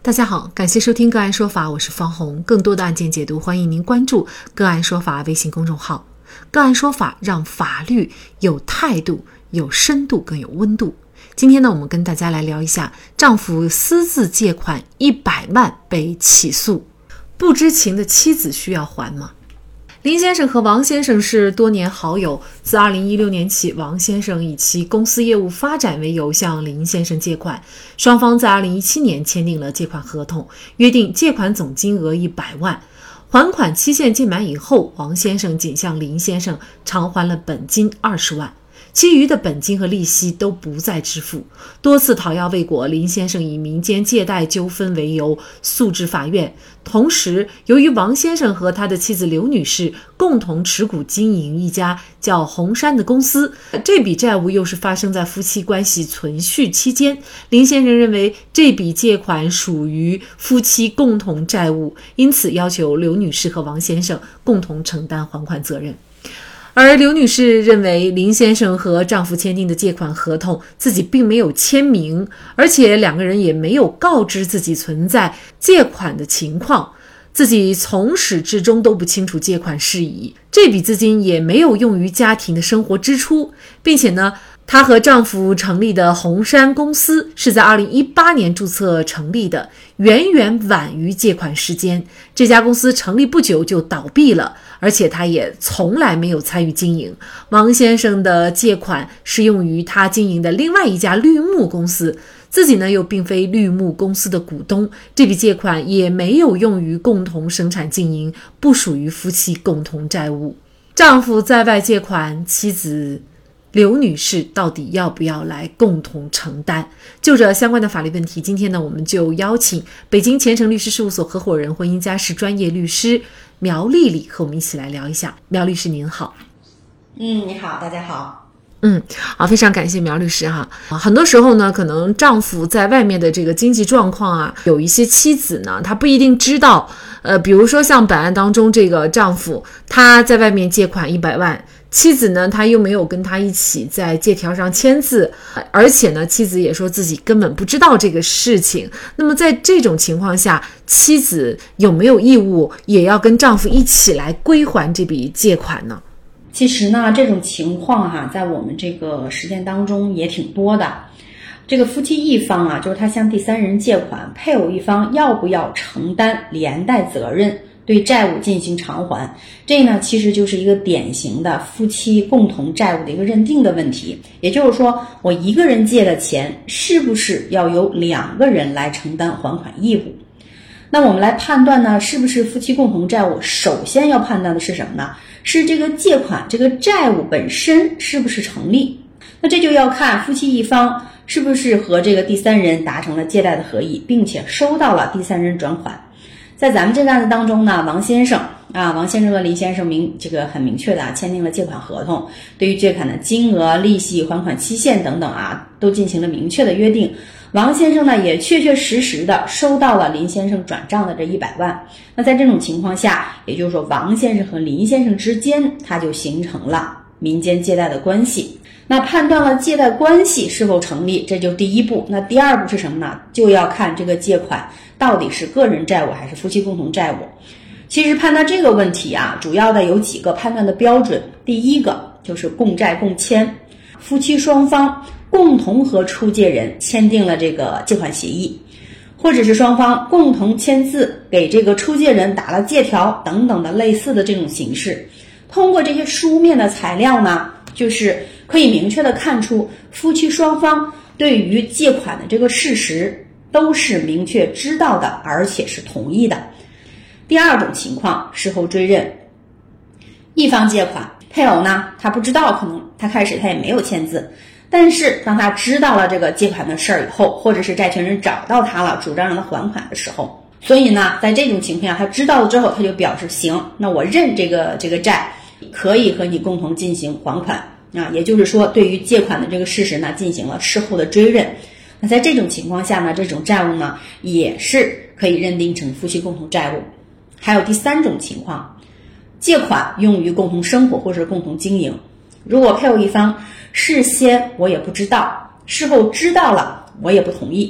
大家好，感谢收听个案说法，我是方红。更多的案件解读，欢迎您关注个案说法微信公众号。个案说法让法律有态度、有深度、更有温度。今天呢，我们跟大家来聊一下丈夫私自借款100万被起诉，不知情的妻子需要还吗？林先生和王先生是多年好友，自2016年起，王先生以其公司业务发展为由向林先生借款，双方在2017年签订了借款合同，约定借款总金额100万，还款期限届满以后，王先生仅向林先生偿还了本金20万，其余的本金和利息都不再支付。多次讨要未果，林先生以民间借贷纠纷为由诉至法院。同时，由于王先生和他的妻子刘女士共同持股经营一家叫红杉的公司，这笔债务又是发生在夫妻关系存续期间，林先生认为这笔借款属于夫妻共同债务，因此要求刘女士和王先生共同承担还款责任。而刘女士认为林先生和丈夫签订的借款合同自己并没有签名，而且两个人也没有告知自己存在借款的情况，自己从始至终都不清楚借款事宜，这笔资金也没有用于家庭的生活支出，并且呢，她和丈夫成立的红杉公司是在2018年注册成立的，远远晚于借款时间。这家公司成立不久就倒闭了，而且他也从来没有参与经营。王先生的借款是用于他经营的另外一家绿木公司，自己呢又并非绿木公司的股东，这笔借款也没有用于共同生产经营，不属于夫妻共同债务。丈夫在外借款，妻子刘女士到底要不要来共同承担？就这相关的法律问题，今天呢，我们就邀请北京前程律师事务所合伙人、婚姻家事专业律师苗丽丽和我们一起来聊一下。苗律师您好。 你好，大家好。 好，非常感谢苗律师哈。很多时候呢，可能丈夫在外面的这个经济状况啊，有一些妻子呢，她不一定知道。比如说像本案当中这个丈夫，他在外面借款100万。妻子呢，她又没有跟他一起在借条上签字，而且呢，妻子也说自己根本不知道这个事情。那么在这种情况下，妻子有没有义务也要跟丈夫一起来归还这笔借款呢？ 其实呢，这种情况在我们这个实践当中也挺多的。这个夫妻一方就是他向第三人借款，配偶一方要不要承担连带责任，对债务进行偿还，这呢其实就是一个典型的夫妻共同债务的一个认定的问题。也就是说，我一个人借的钱是不是要由两个人来承担还款义务？那我们来判断呢，是不是夫妻共同债务，首先要判断的是什么呢？是这个借款这个债务本身是不是成立？那这就要看夫妻一方是不是和这个第三人达成了借贷的合意，并且收到了第三人转款。在咱们这个案子当中呢，王先生和林先生很明确的签订了借款合同，对于借款的金额、利息、还款期限等等都进行了明确的约定。王先生呢也确确实实的收到了林先生转账的这100万。那在这种情况下，也就是说王先生和林先生之间他就形成了民间借贷的关系。那判断了借贷关系是否成立，这就第一步。那第二步是什么呢？就要看这个借款到底是个人债务还是夫妻共同债务。其实判断这个问题主要的有几个判断的标准。第一个就是共债共签，夫妻双方共同和出借人签订了这个借款协议，或者是双方共同签字给这个出借人打了借条等等的类似的这种形式。通过这些书面的材料呢，就是可以明确的看出夫妻双方对于借款的这个事实都是明确知道的，而且是同意的。第二种情况，事后追认，一方借款，配偶呢他不知道，可能他开始他也没有签字，但是当他知道了这个借款的事儿以后，或者是债权人找到他了，主张让他还款的时候，所以呢在这种情况下，他知道了之后，他就表示行，那我认这个债可以和你共同进行还款也就是说对于借款的这个事实呢进行了事后的追认。那在这种情况下呢，这种债务呢也是可以认定成夫妻共同债务。还有第三种情况，借款用于共同生活或者共同经营。如果配偶一方事先我也不知道，事后知道了我也不同意，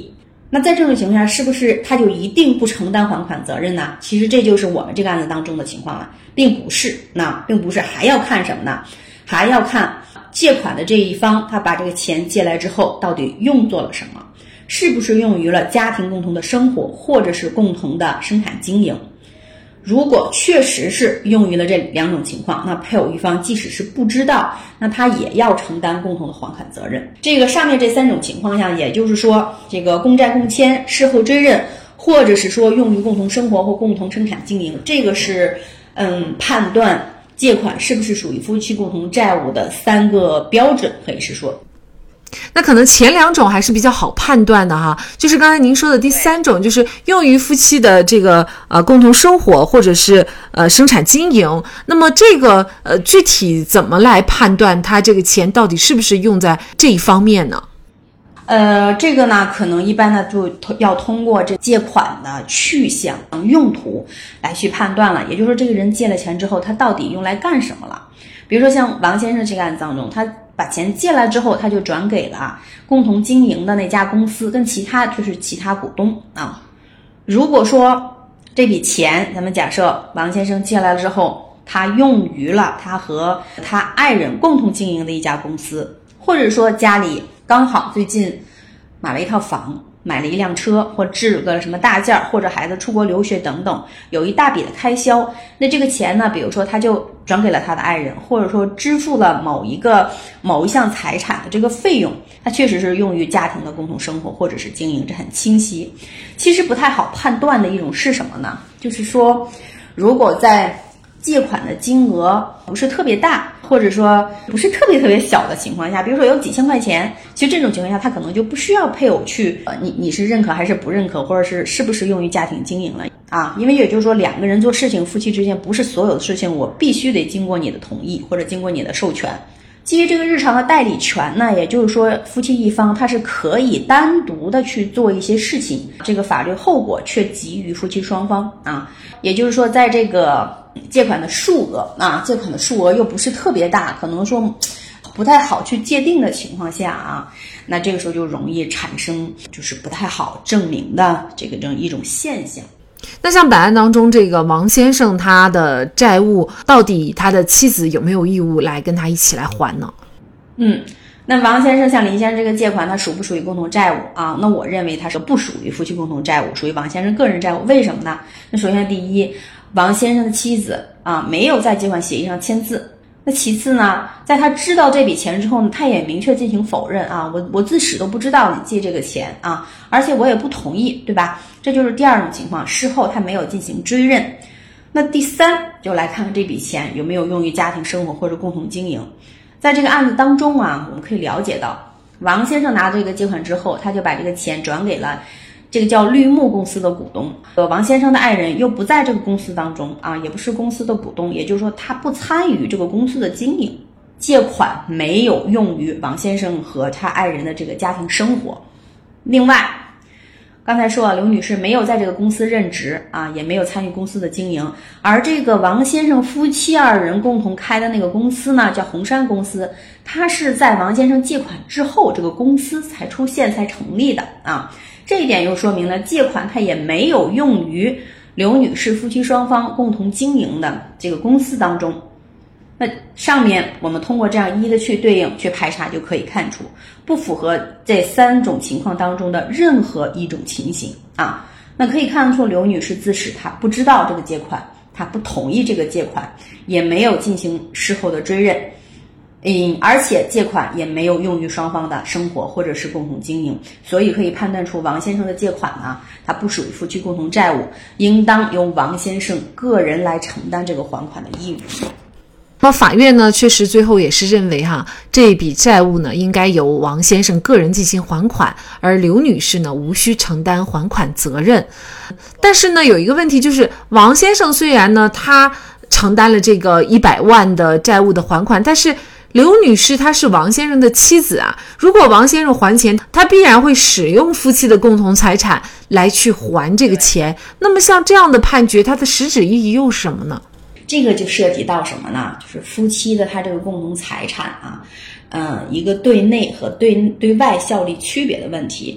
那在这种情况下，是不是他就一定不承担还款责任呢？其实这就是我们这个案子当中的情况了，并不是，还要看什么呢？还要看借款的这一方，他把这个钱借来之后，到底用作了什么？是不是用于了家庭共同的生活，或者是共同的生产经营？如果确实是用于了这两种情况，那配偶一方即使是不知道，那他也要承担共同的还款责任。这个上面这三种情况下，也就是说，这个公债共签、事后追认，或者是说用于共同生活或共同生产经营，这个是判断借款是不是属于夫妻共同债务的3个标准，可以是说。 那可能前2种还是比较好判断的哈，就是刚才您说的第3种，就是用于夫妻的这个共同生活或者是生产经营。那么这个具体怎么来判断他这个钱到底是不是用在这一方面呢？ 这个呢，可能一般呢就要通过这借款的去向、用途来去判断了。也就是说，这个人借了钱之后，他到底用来干什么了？比如说像王先生这个案子当中，他把钱借来之后，他就转给了共同经营的那家公司跟其他股东啊。如果说这笔钱，咱们假设王先生借来了之后，他用于了他和他爱人共同经营的一家公司，或者说家里刚好最近买了一套房，买了一辆车，或置个什么大件，或者孩子出国留学等等，有一大笔的开销。那这个钱呢，比如说他就转给了他的爱人，或者说支付了某一项财产的这个费用，它确实是用于家庭的共同生活或者是经营，这很清晰。其实不太好判断的一种是什么呢？就是说，如果在借款的金额不是特别大，或者说不是特别小的情况下，比如说有几千块钱，其实这种情况下他可能就不需要配偶去你是认可还是不认可，或者是不是用于家庭经营了啊？因为也就是说2个人做事情，夫妻之间不是所有的事情我必须得经过你的同意或者经过你的授权。基于这个日常的代理权呢，也就是说夫妻一方他是可以单独的去做一些事情，这个法律后果却给予夫妻双方啊。也就是说，在这个借款的数额又不是特别大，可能说不太好去界定的情况下啊，那这个时候就容易产生就是不太好证明的这样一种现象。 那像本案当中，这个王先生他的债务到底他的妻子有没有义务来跟他一起来还呢？ 那王先生像林先生这个借款，他属不属于共同债务啊？那我认为他是不属于夫妻共同债务，属于王先生个人债务。为什么呢？那首先第一，王先生的妻子啊没有在借款协议上签字。那其次呢，在他知道这笔钱之后呢，他也明确进行否认啊，我自始都不知道你借这个钱啊，而且我也不同意，对吧？这就是第2种情况，事后他没有进行追认。那第3就来看看这笔钱有没有用于家庭生活或者共同经营。在这个案子当中啊，我们可以了解到，王先生拿这个借款之后，他就把这个钱转给了这个叫绿木公司的股东。王先生的爱人又不在这个公司当中啊，也不是公司的股东，也就是说他不参与这个公司的经营，借款没有用于王先生和他爱人的这个家庭生活。另外刚才说刘女士没有在这个公司任职啊，也没有参与公司的经营，而这个王先生夫妻2人共同开的那个公司呢，叫红杉公司，它是在王先生借款之后，这个公司才出现才成立的啊。这一点又说明了借款它也没有用于刘女士夫妻双方共同经营的这个公司当中。那上面我们通过这样一一的去对应去排查，就可以看出不符合这3种情况当中的任何一种情形啊。那可以看出刘女士自始她不知道这个借款，她不同意这个借款，也没有进行事后的追认，而且借款也没有用于双方的生活或者是共同经营，所以可以判断出王先生的借款呢，它不属于夫妻共同债务，应当由王先生个人来承担这个还款的义务。 那么法院呢，确实最后也是认为这笔债务呢应该由王先生个人进行还款，而刘女士呢无需承担还款责任。但是呢有一个问题，就是王先生虽然呢他承担了这个100万的债务的还款，但是刘女士她是王先生的妻子啊，如果王先生还钱，他必然会使用夫妻的共同财产来去还这个钱。那么像这样的判决，它的实质意义又是什么呢？ 这个就涉及到什么呢？就是夫妻的他这个共同财产啊，一个对内和对外效力区别的问题。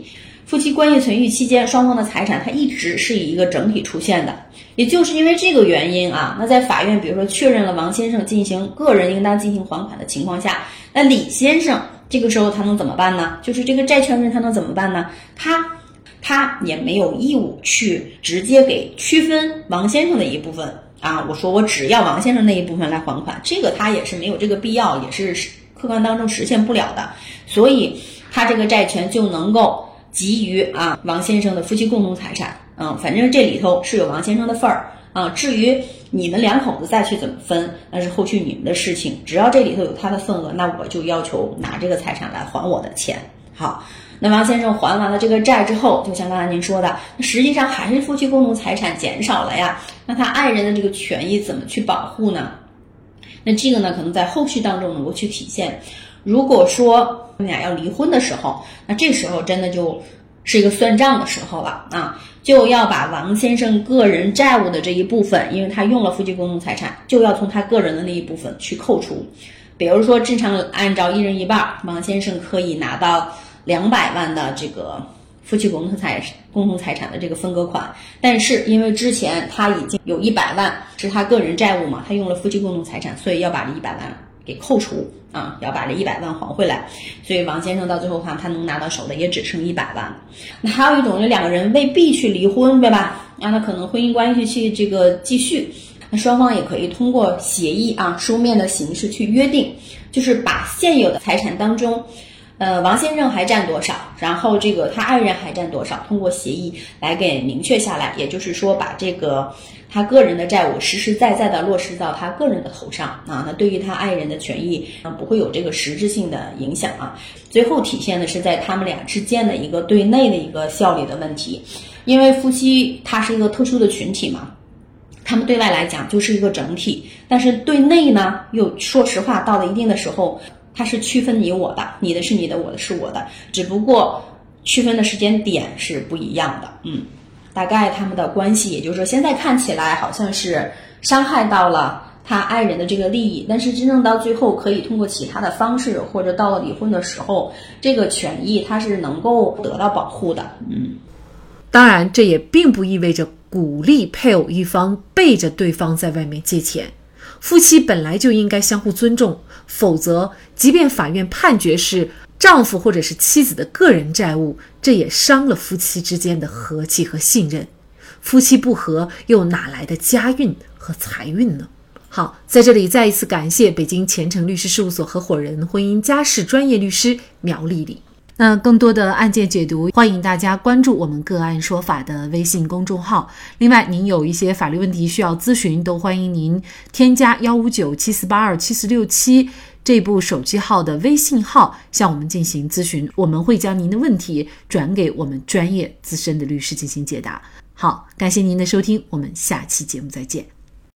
夫妻关系存续期间，双方的财产它一直是以一个整体出现的。也就是因为这个原因啊，那在法院比如说确认了王先生进行个人应当进行还款的情况下，那李先生这个时候他能怎么办呢？就是这个债权人他能怎么办呢？他也没有义务去直接给区分王先生的一部分啊，我说我只要王先生那一部分来还款，这个他也是没有这个必要，也是客观当中实现不了的，所以他这个债权就能够给予王先生的夫妻共同财产，反正这里头是有王先生的份儿啊。至于你们两口子再去怎么分，那是后续你们的事情，只要这里头有他的份额，那我就要求拿这个财产来还我的钱。好，那王先生还完了这个债之后，就像刚才您说的，实际上还是夫妻共同财产减少了呀，那他爱人的这个权益怎么去保护呢？那这个呢，可能在后续当中能够去体现。如果说你俩要离婚的时候，那这时候真的就是一个算账的时候了啊，就要把王先生个人债务的这一部分，因为他用了夫妻共同财产，就要从他个人的那一部分去扣除。比如说正常按照一人一半，王先生可以拿到200万的这个夫妻共同财产的这个分割款，但是因为之前他已经有100万是他个人债务嘛，他用了夫妻共同财产，所以要把这100万给扣除啊，要把这100万还回来，所以王先生到最后他能拿到手的也只剩100万。那还有一种，就两个人未必去离婚，对吧？那可能婚姻关系去这个继续，那双方也可以通过协议书面的形式去约定，就是把现有的财产当中王先生还占多少，然后这个他爱人还占多少，通过协议来给明确下来，也就是说把这个他个人的债务实实在在的落实到他个人的头上啊，那对于他爱人的权益不会有这个实质性的影响啊。最后体现的是在他们俩之间的一个对内的一个效力的问题，因为夫妻他是一个特殊的群体嘛，他们对外来讲就是一个整体，但是对内呢，又说实话到了一定的时候，它是区分你我的，你的是你的，我的是我的，只不过区分的时间点是不一样的。大概他们的关系，也就是说现在看起来好像是伤害到了他爱人的这个利益，但是真正到最后可以通过其他的方式，或者到了离婚的时候，这个权益它是能够得到保护的。 当然这也并不意味着鼓励配偶一方背着对方在外面借钱，夫妻本来就应该相互尊重，否则即便法院判决是丈夫或者是妻子的个人债务，这也伤了夫妻之间的和气和信任。夫妻不和，又哪来的家运和财运呢？好，在这里再一次感谢北京前程律师事务所合伙人、婚姻家事专业律师苗丽丽。那更多的案件解读，欢迎大家关注我们个案说法的微信公众号。另外，您有一些法律问题需要咨询，都欢迎您添加15974827467这部手机号的微信号向我们进行咨询，我们会将您的问题转给我们专业资深的律师进行解答。好，感谢您的收听，我们下期节目再见。